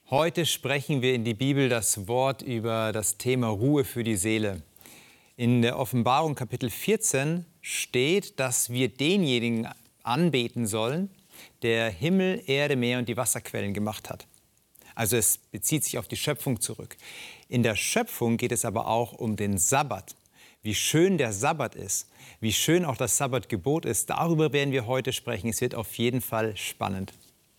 Heute sprechen wir in die Bibel das Wort über das Thema Ruhe für die Seele. In der Offenbarung Kapitel 14 steht, dass wir denjenigen anbeten sollen, der Himmel, Erde, Meer und die Wasserquellen gemacht hat. Also es bezieht sich auf die Schöpfung zurück. In der Schöpfung geht es aber auch um den Sabbat. Wie schön der Sabbat ist, wie schön auch das Sabbatgebot ist, darüber werden wir heute sprechen. Es wird auf jeden Fall spannend.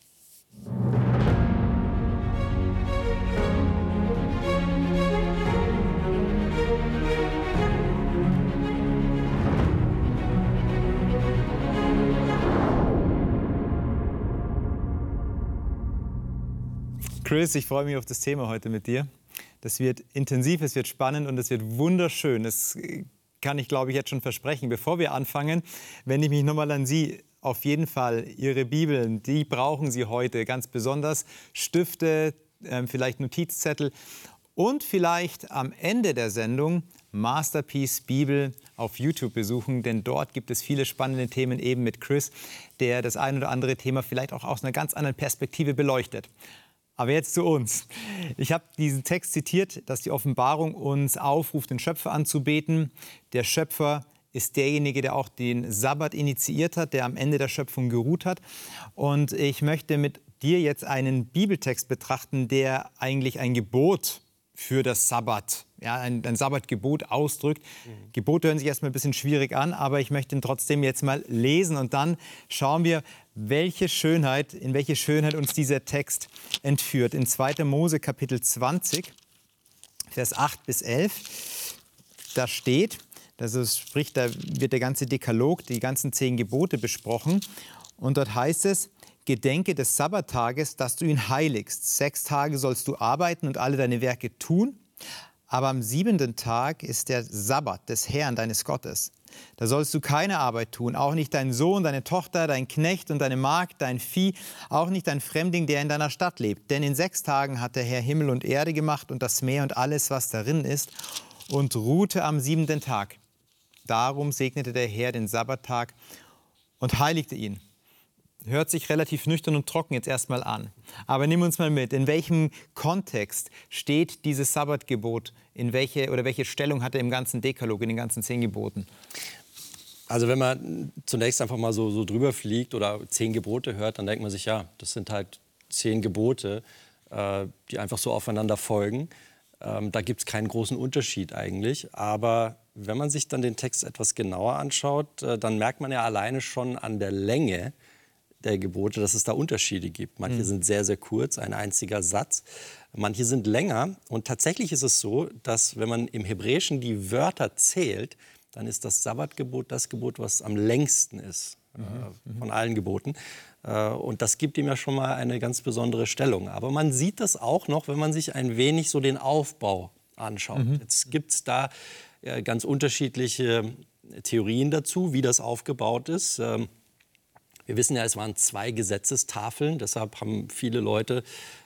Chris, ich freue mich auf das Thema heute mit dir. Das wird intensiv, es wird spannend und es wird wunderschön. Das kann ich, glaube ich, jetzt schon versprechen. Bevor wir anfangen, wende ich mich nochmal an Sie. Auf jeden Fall, Ihre Bibeln, die brauchen Sie heute ganz besonders. Stifte, vielleicht Notizzettel und vielleicht am Ende der Sendung Masterpiece Bibel auf YouTube besuchen, denn dort gibt es viele spannende Themen eben mit Chris, der das ein oder andere Thema vielleicht auch aus einer ganz anderen Perspektive beleuchtet. Aber jetzt zu uns. Ich habe diesen Text zitiert, dass die Offenbarung uns aufruft, den Schöpfer anzubeten. Der Schöpfer ist derjenige, der auch den Sabbat initiiert hat, der am Ende der Schöpfung geruht hat. Und ich möchte mit dir jetzt einen Bibeltext betrachten, der eigentlich ein Gebot für das Sabbat, ja, ein Sabbatgebot ausdrückt. Gebote hören sich erstmal ein bisschen schwierig an, aber ich möchte ihn trotzdem jetzt mal lesen und dann schauen wir, in welche Schönheit uns dieser Text entführt. In 2. Mose Kapitel 20, Vers 8 bis 11, da steht, da wird der ganze Dekalog, die ganzen 10 Gebote besprochen und dort heißt es: Gedenke des Sabbattages, dass du ihn heiligst. 6 Tage sollst du arbeiten und alle deine Werke tun. Aber am 7. Tag ist der Sabbat des Herrn, deines Gottes. Da sollst du keine Arbeit tun, auch nicht dein Sohn, deine Tochter, dein Knecht und deine Magd, dein Vieh, auch nicht dein Fremdling, der in deiner Stadt lebt. Denn in 6 Tagen hat der Herr Himmel und Erde gemacht und das Meer und alles, was darin ist, und ruhte am 7. Tag. Darum segnete der Herr den Sabbattag und heiligte ihn. Hört sich relativ nüchtern und trocken jetzt erstmal an. Aber nimm uns mal mit, in welchem Kontext steht dieses Sabbatgebot, welche Stellung hat er im ganzen Dekalog, in den ganzen 10 Geboten? Also wenn man zunächst einfach mal so drüber fliegt oder 10 Gebote hört, dann denkt man sich, ja, das sind halt 10 Gebote, die einfach so aufeinander folgen. Da gibt es keinen großen Unterschied eigentlich. Aber wenn man sich dann den Text etwas genauer anschaut, dann merkt man ja alleine schon an der Länge der Gebote, dass es da Unterschiede gibt. Manche sind sehr, sehr kurz, ein einziger Satz. Manche sind länger. Und tatsächlich ist es so, dass wenn man im Hebräischen die Wörter zählt, dann ist das Sabbatgebot das Gebot, was am längsten ist von allen Geboten. Und das gibt ihm ja schon mal eine ganz besondere Stellung. Aber man sieht das auch noch, wenn man sich ein wenig so den Aufbau anschaut. Jetzt gibt es da ganz unterschiedliche Theorien dazu, wie das aufgebaut ist. Wir wissen ja, es waren 2 Gesetzestafeln, deshalb haben viele Leute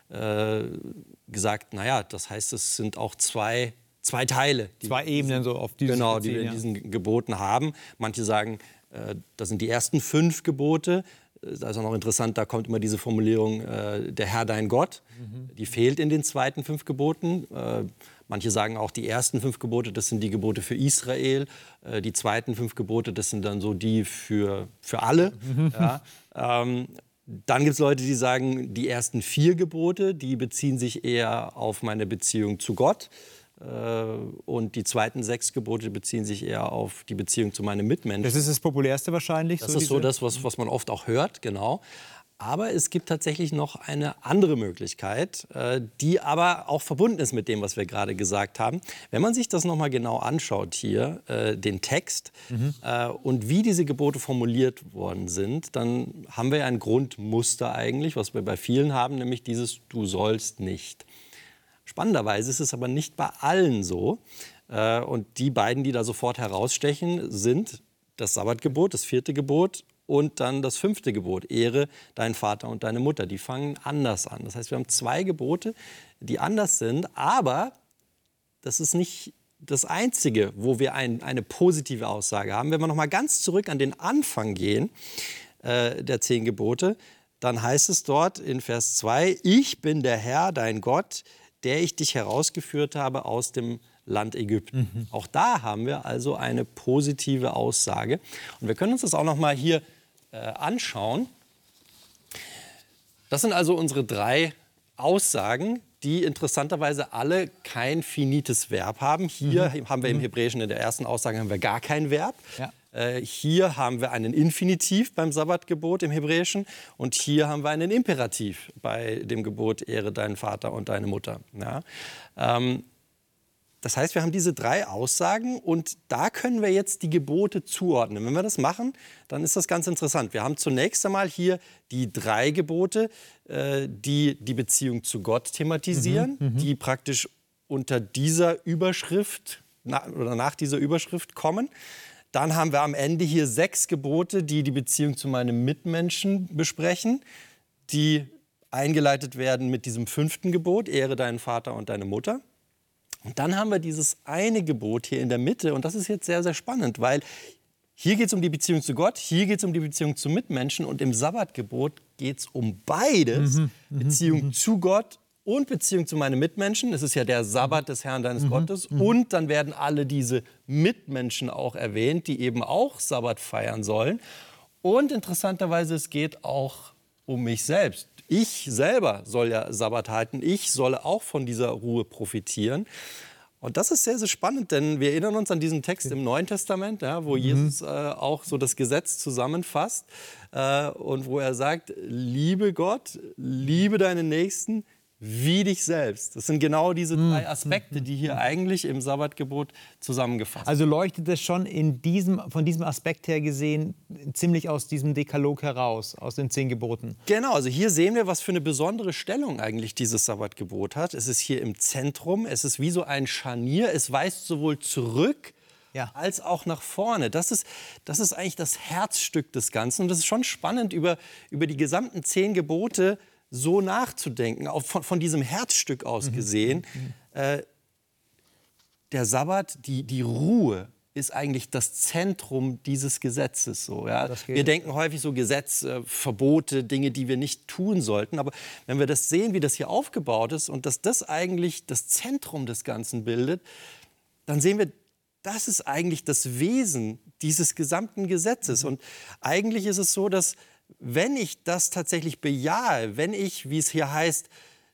gesagt, naja, das heißt, es sind auch zwei Teile. 2 Ebenen so auf dieses Genau, die wir in diesen Geboten haben. Manche sagen, das sind die ersten 5 Gebote. Da ist auch noch interessant, da kommt immer diese Formulierung, der Herr dein Gott. Die fehlt in den zweiten 5 Geboten. Manche sagen auch, die ersten 5 Gebote, das sind die Gebote für Israel. Die zweiten 5 Gebote, das sind dann so die für alle. Ja. Dann gibt es Leute, die sagen, die ersten 4 Gebote, die beziehen sich eher auf meine Beziehung zu Gott. Und die zweiten 6 Gebote beziehen sich eher auf die Beziehung zu meinen Mitmenschen. Das ist das Populärste wahrscheinlich? Das ist so das, was man oft auch hört, genau. Aber es gibt tatsächlich noch eine andere Möglichkeit, die aber auch verbunden ist mit dem, was wir gerade gesagt haben. Wenn man sich das noch mal genau anschaut hier, den Text und wie diese Gebote formuliert worden sind, dann haben wir ein Grundmuster eigentlich, was wir bei vielen haben, nämlich dieses Du sollst nicht. Spannenderweise ist es aber nicht bei allen so. Und die beiden, die da sofort herausstechen, sind das Sabbatgebot, das 4. Gebot und dann das 5. Gebot, Ehre deinen Vater und deine Mutter. Die fangen anders an. Das heißt, wir haben 2 Gebote, die anders sind, aber das ist nicht das Einzige, wo wir eine positive Aussage haben. Wenn wir noch mal ganz zurück an den Anfang gehen der 10 Gebote, dann heißt es dort in Vers 2, ich bin der Herr, dein Gott, der ich dich herausgeführt habe aus dem Land Ägypten. Auch da haben wir also eine positive Aussage. Und wir können uns das auch noch mal hier anschauen. Das sind also unsere 3 Aussagen, die interessanterweise alle kein finites Verb haben. Hier haben wir im Hebräischen in der ersten Aussage haben wir gar kein Verb. Ja. Hier haben wir einen Infinitiv beim Sabbatgebot im Hebräischen und hier haben wir einen Imperativ bei dem Gebot, ehre deinen Vater und deine Mutter. Ja? Das heißt, wir haben diese 3 Aussagen und da können wir jetzt die Gebote zuordnen. Wenn wir das machen, dann ist das ganz interessant. Wir haben zunächst einmal hier die 3 Gebote, die die Beziehung zu Gott thematisieren, die praktisch unter dieser Überschrift oder nach dieser Überschrift kommen. Dann haben wir am Ende hier 6 Gebote, die die Beziehung zu meinem Mitmenschen besprechen, die eingeleitet werden mit diesem 5. Gebot, ehre deinen Vater und deine Mutter. Und dann haben wir dieses eine Gebot hier in der Mitte und das ist jetzt sehr, sehr spannend, weil hier geht es um die Beziehung zu Gott, hier geht es um die Beziehung zu Mitmenschen und im Sabbatgebot geht es um beides, Beziehung zu Gott und Beziehung zu meinen Mitmenschen. Es ist ja der Sabbat des Herrn deines Gottes. Und dann werden alle diese Mitmenschen auch erwähnt, die eben auch Sabbat feiern sollen. Und interessanterweise, es geht auch um mich selbst. Ich selber soll ja Sabbat halten. Ich soll auch von dieser Ruhe profitieren. Und das ist sehr, sehr spannend, denn wir erinnern uns an diesen Text im Neuen Testament, ja, wo Jesus auch so das Gesetz zusammenfasst und wo er sagt, liebe Gott, liebe deinen Nächsten wie dich selbst. Das sind genau diese 3 Aspekte, die hier eigentlich im Sabbatgebot zusammengefasst sind. Also leuchtet es schon von diesem Aspekt her gesehen ziemlich aus diesem Dekalog heraus, aus den 10 Geboten. Genau, also hier sehen wir, was für eine besondere Stellung eigentlich dieses Sabbatgebot hat. Es ist hier im Zentrum, es ist wie so ein Scharnier, es weist sowohl zurück als auch nach vorne. Das ist eigentlich das Herzstück des Ganzen. Und das ist schon spannend, über die gesamten 10 Gebote so nachzudenken, auch von diesem Herzstück aus gesehen. Der Sabbat, die Ruhe, ist eigentlich das Zentrum dieses Gesetzes. So, ja? Wir denken häufig so Gesetz, Verbote, Dinge, die wir nicht tun sollten. Aber wenn wir das sehen, wie das hier aufgebaut ist und dass das eigentlich das Zentrum des Ganzen bildet, dann sehen wir, das ist eigentlich das Wesen dieses gesamten Gesetzes. Und eigentlich ist es so, dass wenn ich das tatsächlich bejahe, wenn ich, wie es hier heißt,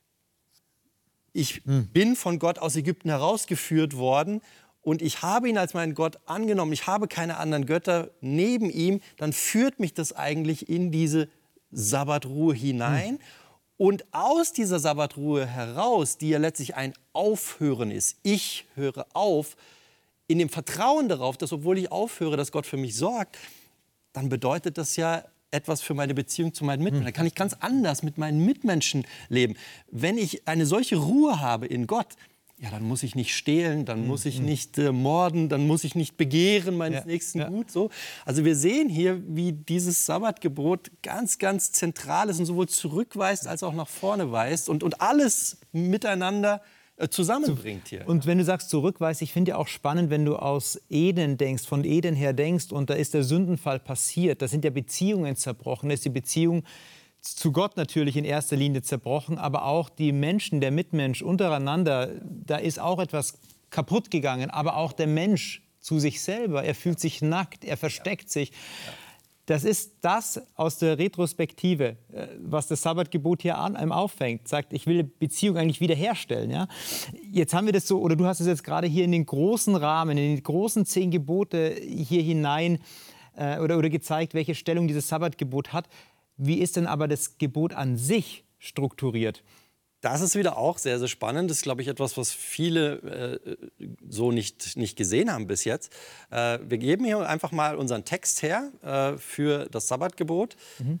ich bin von Gott aus Ägypten herausgeführt worden und ich habe ihn als meinen Gott angenommen, ich habe keine anderen Götter neben ihm, dann führt mich das eigentlich in diese Sabbatruhe hinein. Und aus dieser Sabbatruhe heraus, die ja letztlich ein Aufhören ist, ich höre auf, in dem Vertrauen darauf, dass obwohl ich aufhöre, dass Gott für mich sorgt, dann bedeutet das ja etwas für meine Beziehung zu meinen Mitmenschen. Dann kann ich ganz anders mit meinen Mitmenschen leben. Wenn ich eine solche Ruhe habe in Gott, ja, dann muss ich nicht stehlen, dann muss ich nicht morden, dann muss ich nicht begehren meines nächsten Gut. So. Also wir sehen hier, wie dieses Sabbatgebot ganz, ganz zentral ist und sowohl zurückweist als auch nach vorne weist und alles miteinander zusammenbringt hier. Und wenn du sagst zurückweist, ich finde ja auch spannend, wenn du aus Eden denkst, von Eden her denkst und da ist der Sündenfall passiert, da sind ja Beziehungen zerbrochen, da ist die Beziehung zu Gott natürlich in erster Linie zerbrochen, aber auch die Menschen, der Mitmensch untereinander, da ist auch etwas kaputt gegangen, aber auch der Mensch zu sich selber, er fühlt sich nackt, er versteckt sich. Das ist das aus der Retrospektive, was das Sabbatgebot hier einem auffängt. Sagt, ich will Beziehung eigentlich wiederherstellen. Ja? Jetzt haben wir das so, oder du hast es jetzt gerade hier in den großen Rahmen, in die großen 10 Gebote hier hinein oder gezeigt, welche Stellung dieses Sabbatgebot hat. Wie ist denn aber das Gebot an sich strukturiert? Das ist wieder auch sehr, sehr spannend. Das ist, glaube ich, etwas, was viele so nicht gesehen haben bis jetzt. Wir geben hier einfach mal unseren Text her für das Sabbatgebot.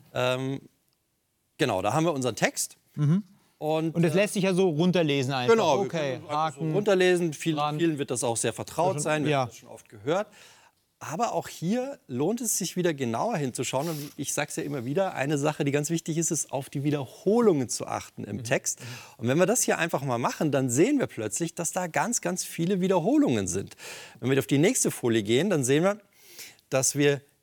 Genau, da haben wir unseren Text. Und das lässt sich ja so runterlesen einfach. Genau, okay, Haken, so runterlesen. Vielen wird das auch sehr vertraut sein, wir haben das schon oft gehört. Aber auch hier lohnt es sich wieder genauer hinzuschauen. Und ich sage es ja immer wieder, eine Sache, die ganz wichtig ist, ist auf die Wiederholungen zu achten im Text. Und wenn wir das hier einfach mal machen, dann sehen wir plötzlich, dass da ganz, ganz viele Wiederholungen sind. Wenn wir auf die nächste Folie gehen, dann sehen wir, dass wir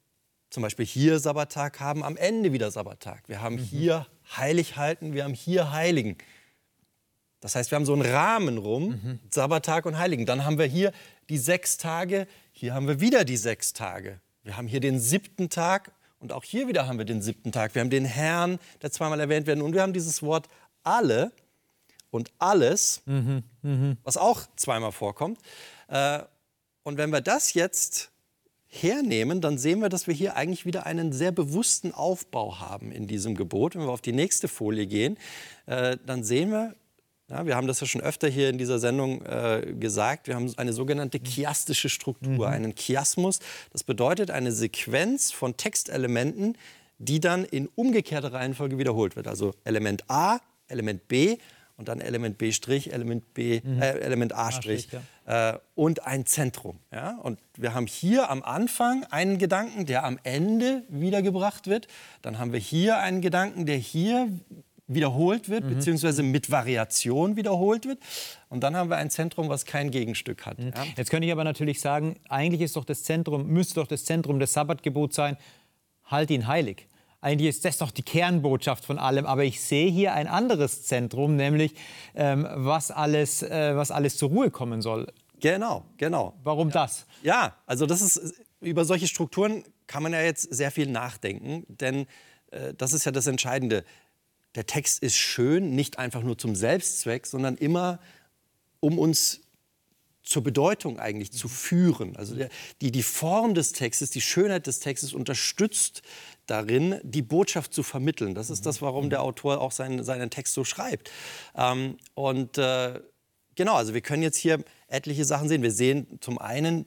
zum Beispiel hier Sabbattag haben, am Ende wieder Sabbattag. Wir haben hier heilig halten, wir haben hier heiligen. Das heißt, wir haben so einen Rahmen rum, Sabbattag und Heiligen. Dann haben wir hier die 6 Tage, hier haben wir wieder die 6 Tage. Wir haben hier den 7. Tag und auch hier wieder haben wir den 7. Tag. Wir haben den Herrn, der zweimal erwähnt wird. Und wir haben dieses Wort alle und alles, was auch zweimal vorkommt. Und wenn wir das jetzt hernehmen, dann sehen wir, dass wir hier eigentlich wieder einen sehr bewussten Aufbau haben in diesem Gebot. Wenn wir auf die nächste Folie gehen, dann sehen wir, ja, wir haben das ja schon öfter hier in dieser Sendung gesagt, wir haben eine sogenannte chiastische Struktur, einen Chiasmus. Das bedeutet eine Sequenz von Textelementen, die dann in umgekehrter Reihenfolge wiederholt wird. Also Element A, Element B und dann Element B', Element A', und ein Zentrum. Ja? Und wir haben hier am Anfang einen Gedanken, der am Ende wiedergebracht wird. Dann haben wir hier einen Gedanken, der hier wiederholt wird, beziehungsweise mit Variation wiederholt wird. Und dann haben wir ein Zentrum, was kein Gegenstück hat. Ja? Jetzt könnte ich aber natürlich sagen, eigentlich ist doch das Zentrum, müsste doch das Zentrum des Sabbatgebots sein, halt ihn heilig. Eigentlich ist das doch die Kernbotschaft von allem. Aber ich sehe hier ein anderes Zentrum, nämlich was alles zur Ruhe kommen soll. Genau. Warum das? Ja, also über solche Strukturen kann man ja jetzt sehr viel nachdenken, denn das ist ja das Entscheidende. Der Text ist schön, nicht einfach nur zum Selbstzweck, sondern immer, um uns zur Bedeutung eigentlich zu führen. Also die Form des Textes, die Schönheit des Textes unterstützt darin, die Botschaft zu vermitteln. Das ist das, warum der Autor auch seinen Text so schreibt. Genau, also wir können jetzt hier etliche Sachen sehen. Wir sehen zum einen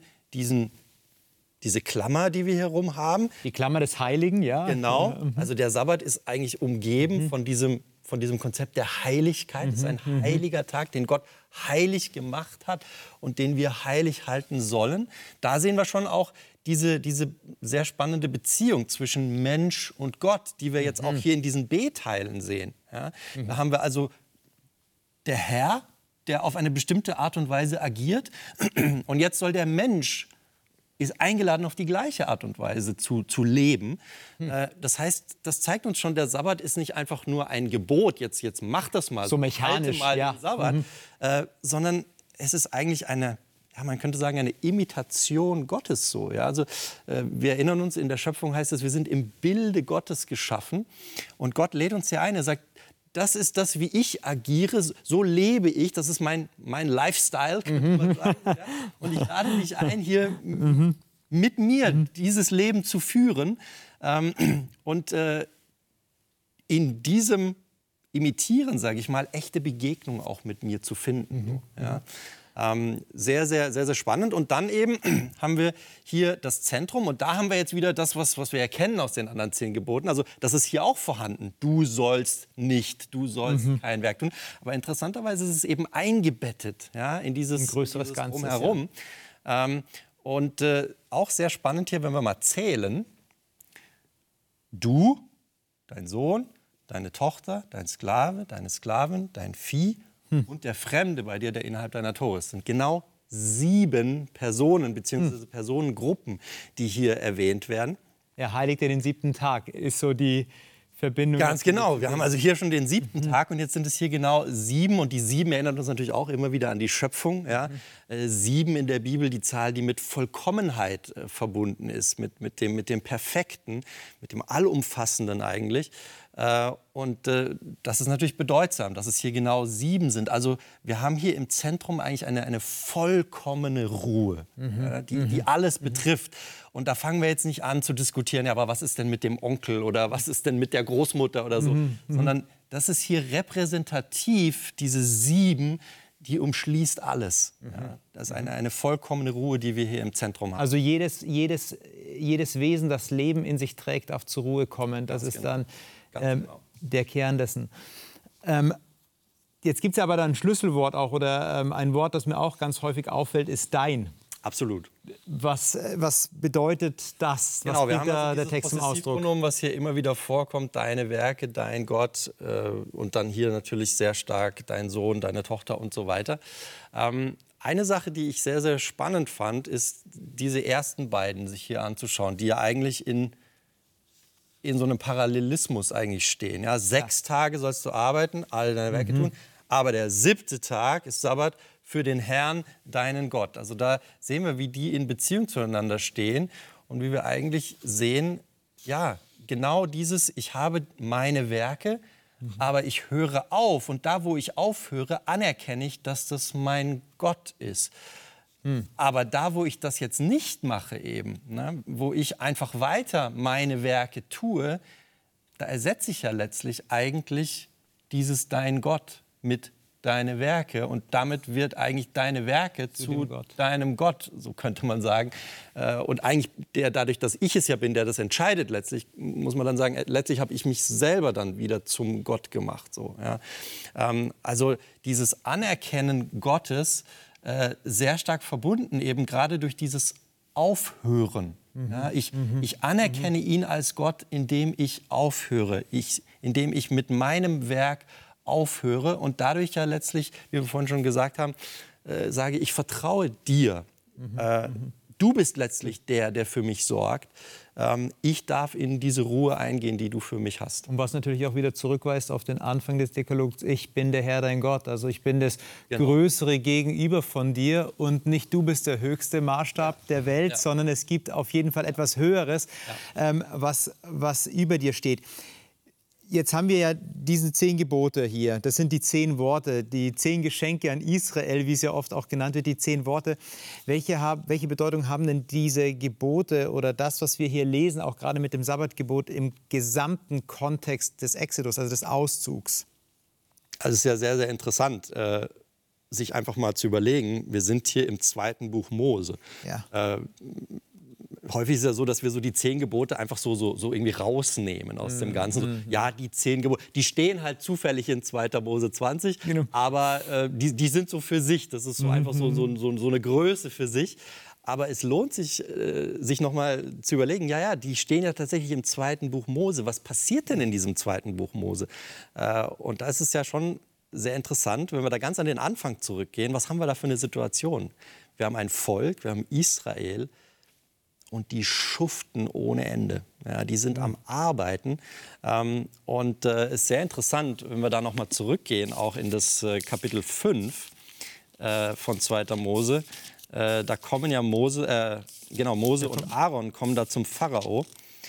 diese Klammer, die wir hier rum haben. Die Klammer des Heiligen, ja. Genau. Also der Sabbat ist eigentlich umgeben von diesem Konzept der Heiligkeit. Es ist ein heiliger Tag, den Gott heilig gemacht hat und den wir heilig halten sollen. Da sehen wir schon auch diese sehr spannende Beziehung zwischen Mensch und Gott, die wir jetzt auch hier in diesen B-Teilen sehen. Ja? Da haben wir also der Herr, der auf eine bestimmte Art und Weise agiert. Und jetzt soll der Mensch ist eingeladen, auf die gleiche Art und Weise zu leben. Das heißt, das zeigt uns schon, der Sabbat ist nicht einfach nur ein Gebot, jetzt mach das mal. So mechanisch, mal ja. den Sabbat, sondern es ist eigentlich man könnte sagen, eine Imitation Gottes so. Ja? Also, wir erinnern uns, in der Schöpfung heißt es, wir sind im Bilde Gottes geschaffen. Und Gott lädt uns hier ein, er sagt, das ist das, wie ich agiere, so lebe ich, das ist mein Lifestyle, könnte man sagen. Ja? Und ich lade dich ein, hier mit mir dieses Leben zu führen und in diesem Imitieren, sage ich mal, echte Begegnung auch mit mir zu finden. Ja? Sehr, sehr, sehr, sehr spannend. Und dann eben haben wir hier das Zentrum. Und da haben wir jetzt wieder das, was wir erkennen aus den anderen 10 Geboten. Also das ist hier auch vorhanden. Du sollst nicht, du sollst kein Werk tun. Aber interessanterweise ist es eben eingebettet, ja, in dieses größeres Ganzes Drumherum. Ja. Und auch sehr spannend hier, wenn wir mal zählen. Du, dein Sohn, deine Tochter, dein Sklave, deine Sklavin, dein Vieh und der Fremde bei dir, der innerhalb deiner Tore ist. Das sind genau 7 Personen bzw. Personengruppen, die hier erwähnt werden. Er heiligte den 7. Tag, ist so die Verbindung. Ganz genau. Wir haben also hier schon den 7. Tag und jetzt sind es hier genau 7. Und die 7 erinnert uns natürlich auch immer wieder an die Schöpfung. Ja? 7 in der Bibel, die Zahl, die mit Vollkommenheit verbunden ist, mit dem Perfekten, mit dem Allumfassenden eigentlich. Und das ist natürlich bedeutsam, dass es hier genau 7 sind. Also wir haben hier im Zentrum eigentlich eine vollkommene Ruhe, die alles betrifft. Und da fangen wir jetzt nicht an zu diskutieren, ja, aber was ist denn mit dem Onkel oder was ist denn mit der Großmutter oder so, sondern das ist hier repräsentativ, diese 7, die umschließt alles. Ja, das ist eine vollkommene Ruhe, die wir hier im Zentrum haben. Also jedes Wesen, das Leben in sich trägt, darf zur Ruhe kommen. Das ist dann der Kern dessen. Jetzt gibt es aber dann ein Schlüsselwort auch oder ein Wort, das mir auch ganz häufig auffällt, ist dein. Absolut. Was bedeutet das? Genau, was bringt da der Text zum Ausdruck? Possessivpronomen, was hier immer wieder vorkommt, deine Werke, dein Gott und dann hier natürlich sehr stark dein Sohn, deine Tochter und so weiter. Eine Sache, die ich sehr, sehr spannend fand, ist diese ersten beiden sich hier anzuschauen, die ja eigentlich in in so einem Parallelismus eigentlich stehen. Ja, 6 Tage sollst du arbeiten, all deine Werke tun, aber der 7. Tag ist Sabbat für den Herrn, deinen Gott. Also da sehen wir, wie die in Beziehung zueinander stehen und wie wir eigentlich sehen, ja, genau dieses, ich habe meine Werke, aber ich höre auf. Und da, wo ich aufhöre, anerkenne ich, dass das mein Gott ist. Aber da, wo ich das jetzt nicht mache eben, ne, wo ich einfach weiter meine Werke tue, da ersetze ich ja letztlich eigentlich dieses dein Gott mit deine Werke. Und damit wird eigentlich deine Werke zu deinem Gott, so könnte man sagen. Und eigentlich dadurch, dass ich es ja bin, der das entscheidet letztlich, muss man dann sagen, letztlich habe ich mich selber dann wieder zum Gott gemacht. So, ja. Also dieses Anerkennen Gottes, sehr stark verbunden eben gerade durch dieses Aufhören. Ja, ich anerkenne ihn als Gott, indem ich aufhöre, indem ich mit meinem Werk aufhöre und dadurch ja letztlich, wie wir vorhin schon gesagt haben, sage ich vertraue dir. Du bist letztlich der für mich sorgt. Ich darf in diese Ruhe eingehen, die du für mich hast. Und was natürlich auch wieder zurückweist auf den Anfang des Dekalogs, ich bin der Herr, dein Gott. Also ich bin das größere Gegenüber von dir und nicht du bist der höchste Maßstab der Welt, sondern es gibt auf jeden Fall etwas Höheres, was über dir steht. Jetzt haben wir ja diese 10 Gebote hier. Das sind die 10 Worte, die 10 Geschenke an Israel, wie es ja oft auch genannt wird, die 10 Worte. Welche Bedeutung haben denn diese Gebote oder das, was wir hier lesen, auch gerade mit dem Sabbatgebot im gesamten Kontext des Exodus, also des Auszugs? Also es ist ja sehr, sehr interessant, sich einfach mal zu überlegen, wir sind hier im 2. Buch Mose. Ja. Häufig ist es ja so, dass wir so die 10 Gebote einfach so irgendwie rausnehmen aus dem Ganzen. Ja, die 10 Gebote, die stehen halt zufällig in 2. Mose 20, aber die sind so für sich. Das ist so einfach so eine Größe für sich. Aber es lohnt sich, sich noch mal zu überlegen, die stehen ja tatsächlich im 2. Buch Mose. Was passiert denn in diesem 2. Buch Mose? Und da ist es ja schon sehr interessant, wenn wir da ganz an den Anfang zurückgehen. Was haben wir da für eine Situation? Wir haben ein Volk, wir haben Israel, und die schuften ohne Ende. Ja, die sind am Arbeiten. Und es ist sehr interessant, wenn wir da noch mal zurückgehen, auch in das Kapitel 5 von 2. Mose. Da kommen ja Mose und Aaron kommen da zum Pharao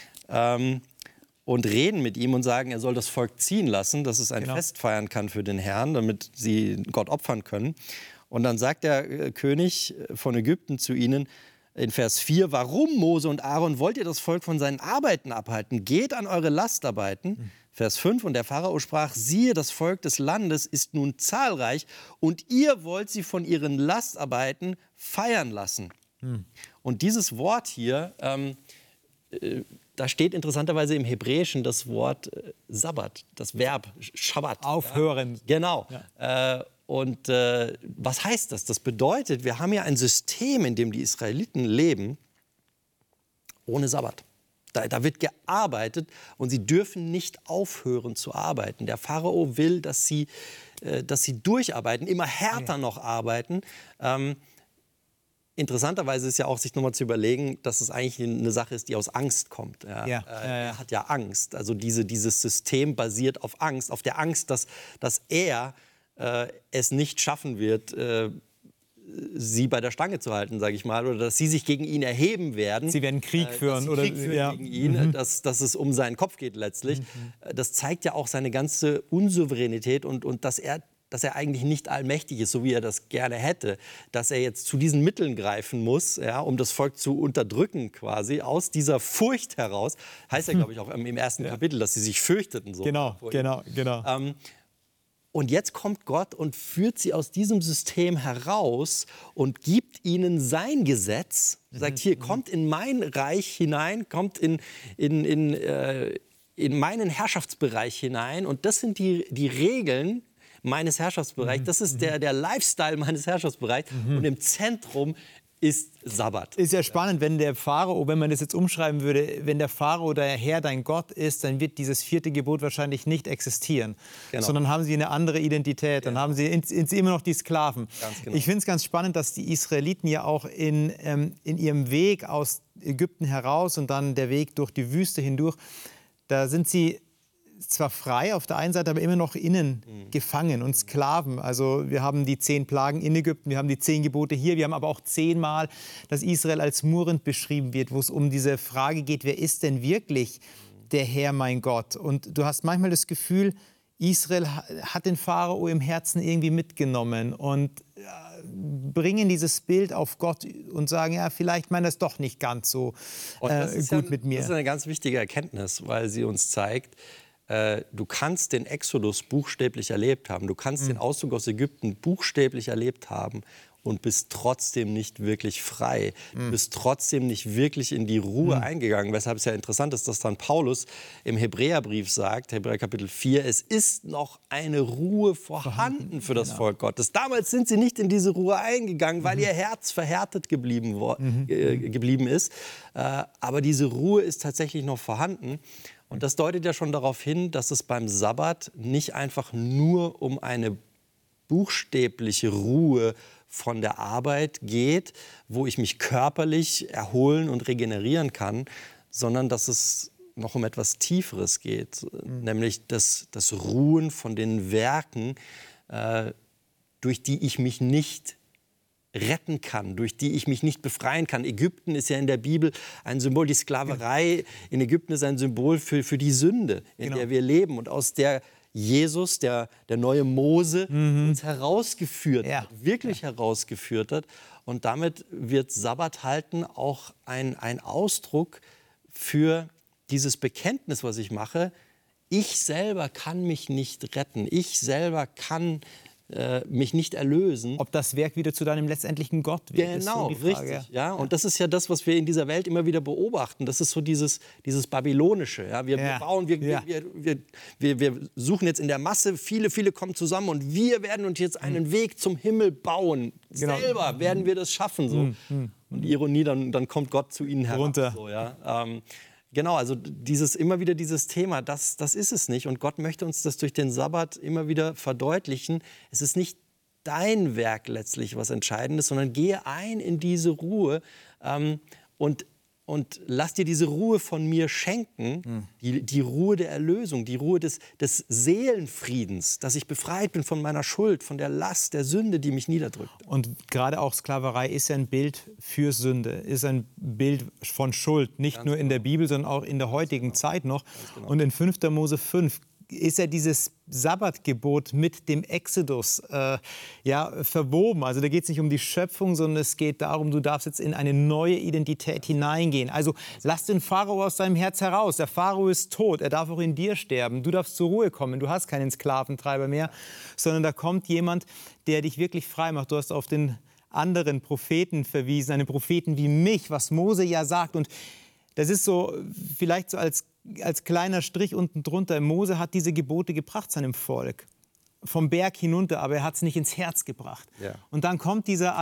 und reden mit ihm und sagen, er soll das Volk ziehen lassen, dass es ein Fest feiern kann für den Herrn, damit sie Gott opfern können. Und dann sagt der König von Ägypten zu ihnen, in Vers 4, warum, Mose und Aaron, wollt ihr das Volk von seinen Arbeiten abhalten? Geht an eure Lastarbeiten. Vers 5, und der Pharao sprach, siehe, das Volk des Landes ist nun zahlreich und ihr wollt sie von ihren Lastarbeiten feiern lassen. Und dieses Wort hier, da steht interessanterweise im Hebräischen das Wort Sabbat, das Verb Shabbat. Aufhören. Ja? Genau. Ja. Und was heißt das? Das bedeutet, wir haben ja ein System, in dem die Israeliten leben, ohne Sabbat. Da wird gearbeitet und sie dürfen nicht aufhören zu arbeiten. Der Pharao will, dass sie durcharbeiten, immer härter noch arbeiten. Interessanterweise ist ja auch, sich nochmal zu überlegen, dass es eigentlich eine Sache ist, die aus Angst kommt. Ja. Er hat ja Angst. Also dieses System basiert auf Angst, auf der Angst, dass er es nicht schaffen wird, sie bei der Stange zu halten, sage ich mal, oder dass sie sich gegen ihn erheben werden. Sie werden Krieg führen. Gegen ihn, dass es um seinen Kopf geht letztlich. Das zeigt ja auch seine ganze Unsouveränität und dass er eigentlich nicht allmächtig ist, so wie er das gerne hätte, dass er jetzt zu diesen Mitteln greifen muss, ja, um das Volk zu unterdrücken quasi, aus dieser Furcht heraus. Heißt ja, glaube ich, auch im 1. Kapitel, dass sie sich fürchteten. So genau. Und jetzt kommt Gott und führt sie aus diesem System heraus und gibt ihnen sein Gesetz. Sagt, hier, kommt in mein Reich hinein, kommt in meinen Herrschaftsbereich hinein. Und das sind die Regeln meines Herrschaftsbereichs. Das ist der Lifestyle meines Herrschaftsbereichs. Und im Zentrum ist Sabbat. Ist ja spannend, wenn der Pharao, wenn man das jetzt umschreiben würde, wenn der Pharao der Herr dein Gott ist, dann wird dieses 4. Gebot wahrscheinlich nicht existieren. Genau. Sondern haben sie eine andere Identität, dann haben sie immer noch die Sklaven. Genau. Ich finde es ganz spannend, dass die Israeliten ja auch in ihrem Weg aus Ägypten heraus und dann der Weg durch die Wüste hindurch, da sind sie zwar frei auf der einen Seite, aber immer noch innen gefangen und Sklaven. Also wir haben die 10 Plagen in Ägypten, wir haben die 10 Gebote hier, wir haben aber auch 10-mal, dass Israel als murrend beschrieben wird, wo es um diese Frage geht, wer ist denn wirklich der Herr, mein Gott? Und du hast manchmal das Gefühl, Israel hat den Pharao im Herzen irgendwie mitgenommen und bringen dieses Bild auf Gott und sagen, ja, vielleicht meint er es doch nicht ganz so gut mit mir. Das ist eine ganz wichtige Erkenntnis, weil sie uns zeigt, du kannst den Exodus buchstäblich erlebt haben, du kannst den Auszug aus Ägypten buchstäblich erlebt haben und bist trotzdem nicht wirklich frei, bist trotzdem nicht wirklich in die Ruhe eingegangen. Weshalb es ja interessant ist, dass dann Paulus im Hebräerbrief sagt, Hebräer Kapitel 4, es ist noch eine Ruhe vorhanden für das Volk Gottes. Damals sind sie nicht in diese Ruhe eingegangen, weil ihr Herz verhärtet geblieben ist. Aber diese Ruhe ist tatsächlich noch vorhanden. Und das deutet ja schon darauf hin, dass es beim Sabbat nicht einfach nur um eine buchstäbliche Ruhe von der Arbeit geht, wo ich mich körperlich erholen und regenerieren kann, sondern dass es noch um etwas Tieferes geht, nämlich das Ruhen von den Werken, durch die ich mich nicht retten kann, durch die ich mich nicht befreien kann. Ägypten ist ja in der Bibel ein Symbol, die Sklaverei in Ägypten ist ein Symbol für die Sünde, in der wir leben und aus der Jesus, der neue Mose, uns herausgeführt hat, wirklich herausgeführt hat. Und damit wird Sabbat halten auch ein Ausdruck für dieses Bekenntnis, was ich mache. Ich selber kann mich nicht retten. Ich selber kann mich nicht erlösen. Ob das Werk wieder zu deinem letztendlichen Gott wird, genau, ist so die Frage. Richtig. Ja? Und das ist ja das, was wir in dieser Welt immer wieder beobachten. Das ist so dieses Babylonische. Ja? Wir bauen, wir suchen jetzt in der Masse, viele kommen zusammen und wir werden uns jetzt einen Weg zum Himmel bauen. Genau. Selber werden wir das schaffen. So. Und Ironie, dann kommt Gott zu ihnen herab. So, ja? Genau, also immer wieder dieses Thema, das ist es nicht. Und Gott möchte uns das durch den Sabbat immer wieder verdeutlichen. Es ist nicht dein Werk letztlich, was entscheidend ist, sondern gehe ein in diese Ruhe und lass dir diese Ruhe von mir schenken, die Ruhe der Erlösung, die Ruhe des Seelenfriedens, dass ich befreit bin von meiner Schuld, von der Last, der Sünde, die mich niederdrückt. Und gerade auch Sklaverei ist ein Bild für Sünde, ist ein Bild von Schuld, nicht nur in der Bibel, sondern auch in der heutigen Zeit noch. Und in 5. Mose 5 ist ja dieses Sabbatgebot mit dem Exodus verwoben. Also da geht es nicht um die Schöpfung, sondern es geht darum, du darfst jetzt in eine neue Identität hineingehen. Also lass den Pharao aus deinem Herz heraus. Der Pharao ist tot, er darf auch in dir sterben. Du darfst zur Ruhe kommen, du hast keinen Sklaventreiber mehr, sondern da kommt jemand, der dich wirklich frei macht. Du hast auf den anderen Propheten verwiesen, einen Propheten wie mich, was Mose ja sagt. Und das ist so, vielleicht so als kleiner Strich unten drunter. Mose hat diese Gebote gebracht seinem Volk. Vom Berg hinunter, aber er hat es nicht ins Herz gebracht. Ja. Und dann kommt dieser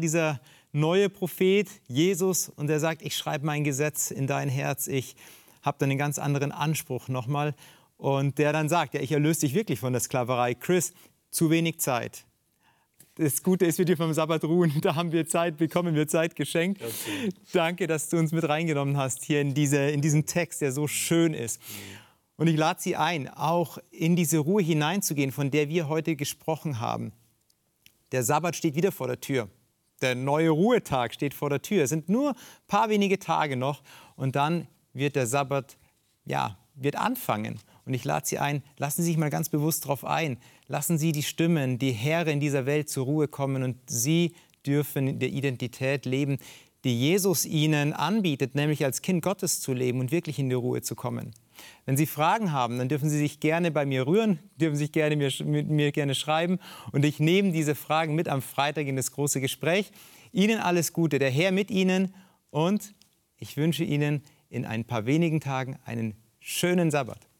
neue Prophet, Jesus, und er sagt, ich schreibe mein Gesetz in dein Herz. Ich habe dann einen ganz anderen Anspruch nochmal. Und der dann sagt, ja, ich erlöse dich wirklich von der Sklaverei. Chris, zu wenig Zeit. Das Gute ist, wir dürfen am Sabbat ruhen. Da haben wir Zeit, bekommen wir Zeit geschenkt. Danke, dass du uns mit reingenommen hast hier in diesen Text, der so schön ist. Und ich lade Sie ein, auch in diese Ruhe hineinzugehen, von der wir heute gesprochen haben. Der Sabbat steht wieder vor der Tür. Der neue Ruhetag steht vor der Tür. Es sind nur ein paar wenige Tage noch. Und dann wird der Sabbat, wird anfangen. Und ich lade Sie ein, lassen Sie sich mal ganz bewusst darauf ein. Lassen Sie die Stimmen, die Heere in dieser Welt zur Ruhe kommen und Sie dürfen in der Identität leben, die Jesus Ihnen anbietet, nämlich als Kind Gottes zu leben und wirklich in die Ruhe zu kommen. Wenn Sie Fragen haben, dann dürfen Sie sich gerne bei mir rühren, dürfen sich gerne mit mir gerne schreiben und ich nehme diese Fragen mit am Freitag in das große Gespräch. Ihnen alles Gute, der Herr mit Ihnen und ich wünsche Ihnen in ein paar wenigen Tagen einen schönen Sabbat.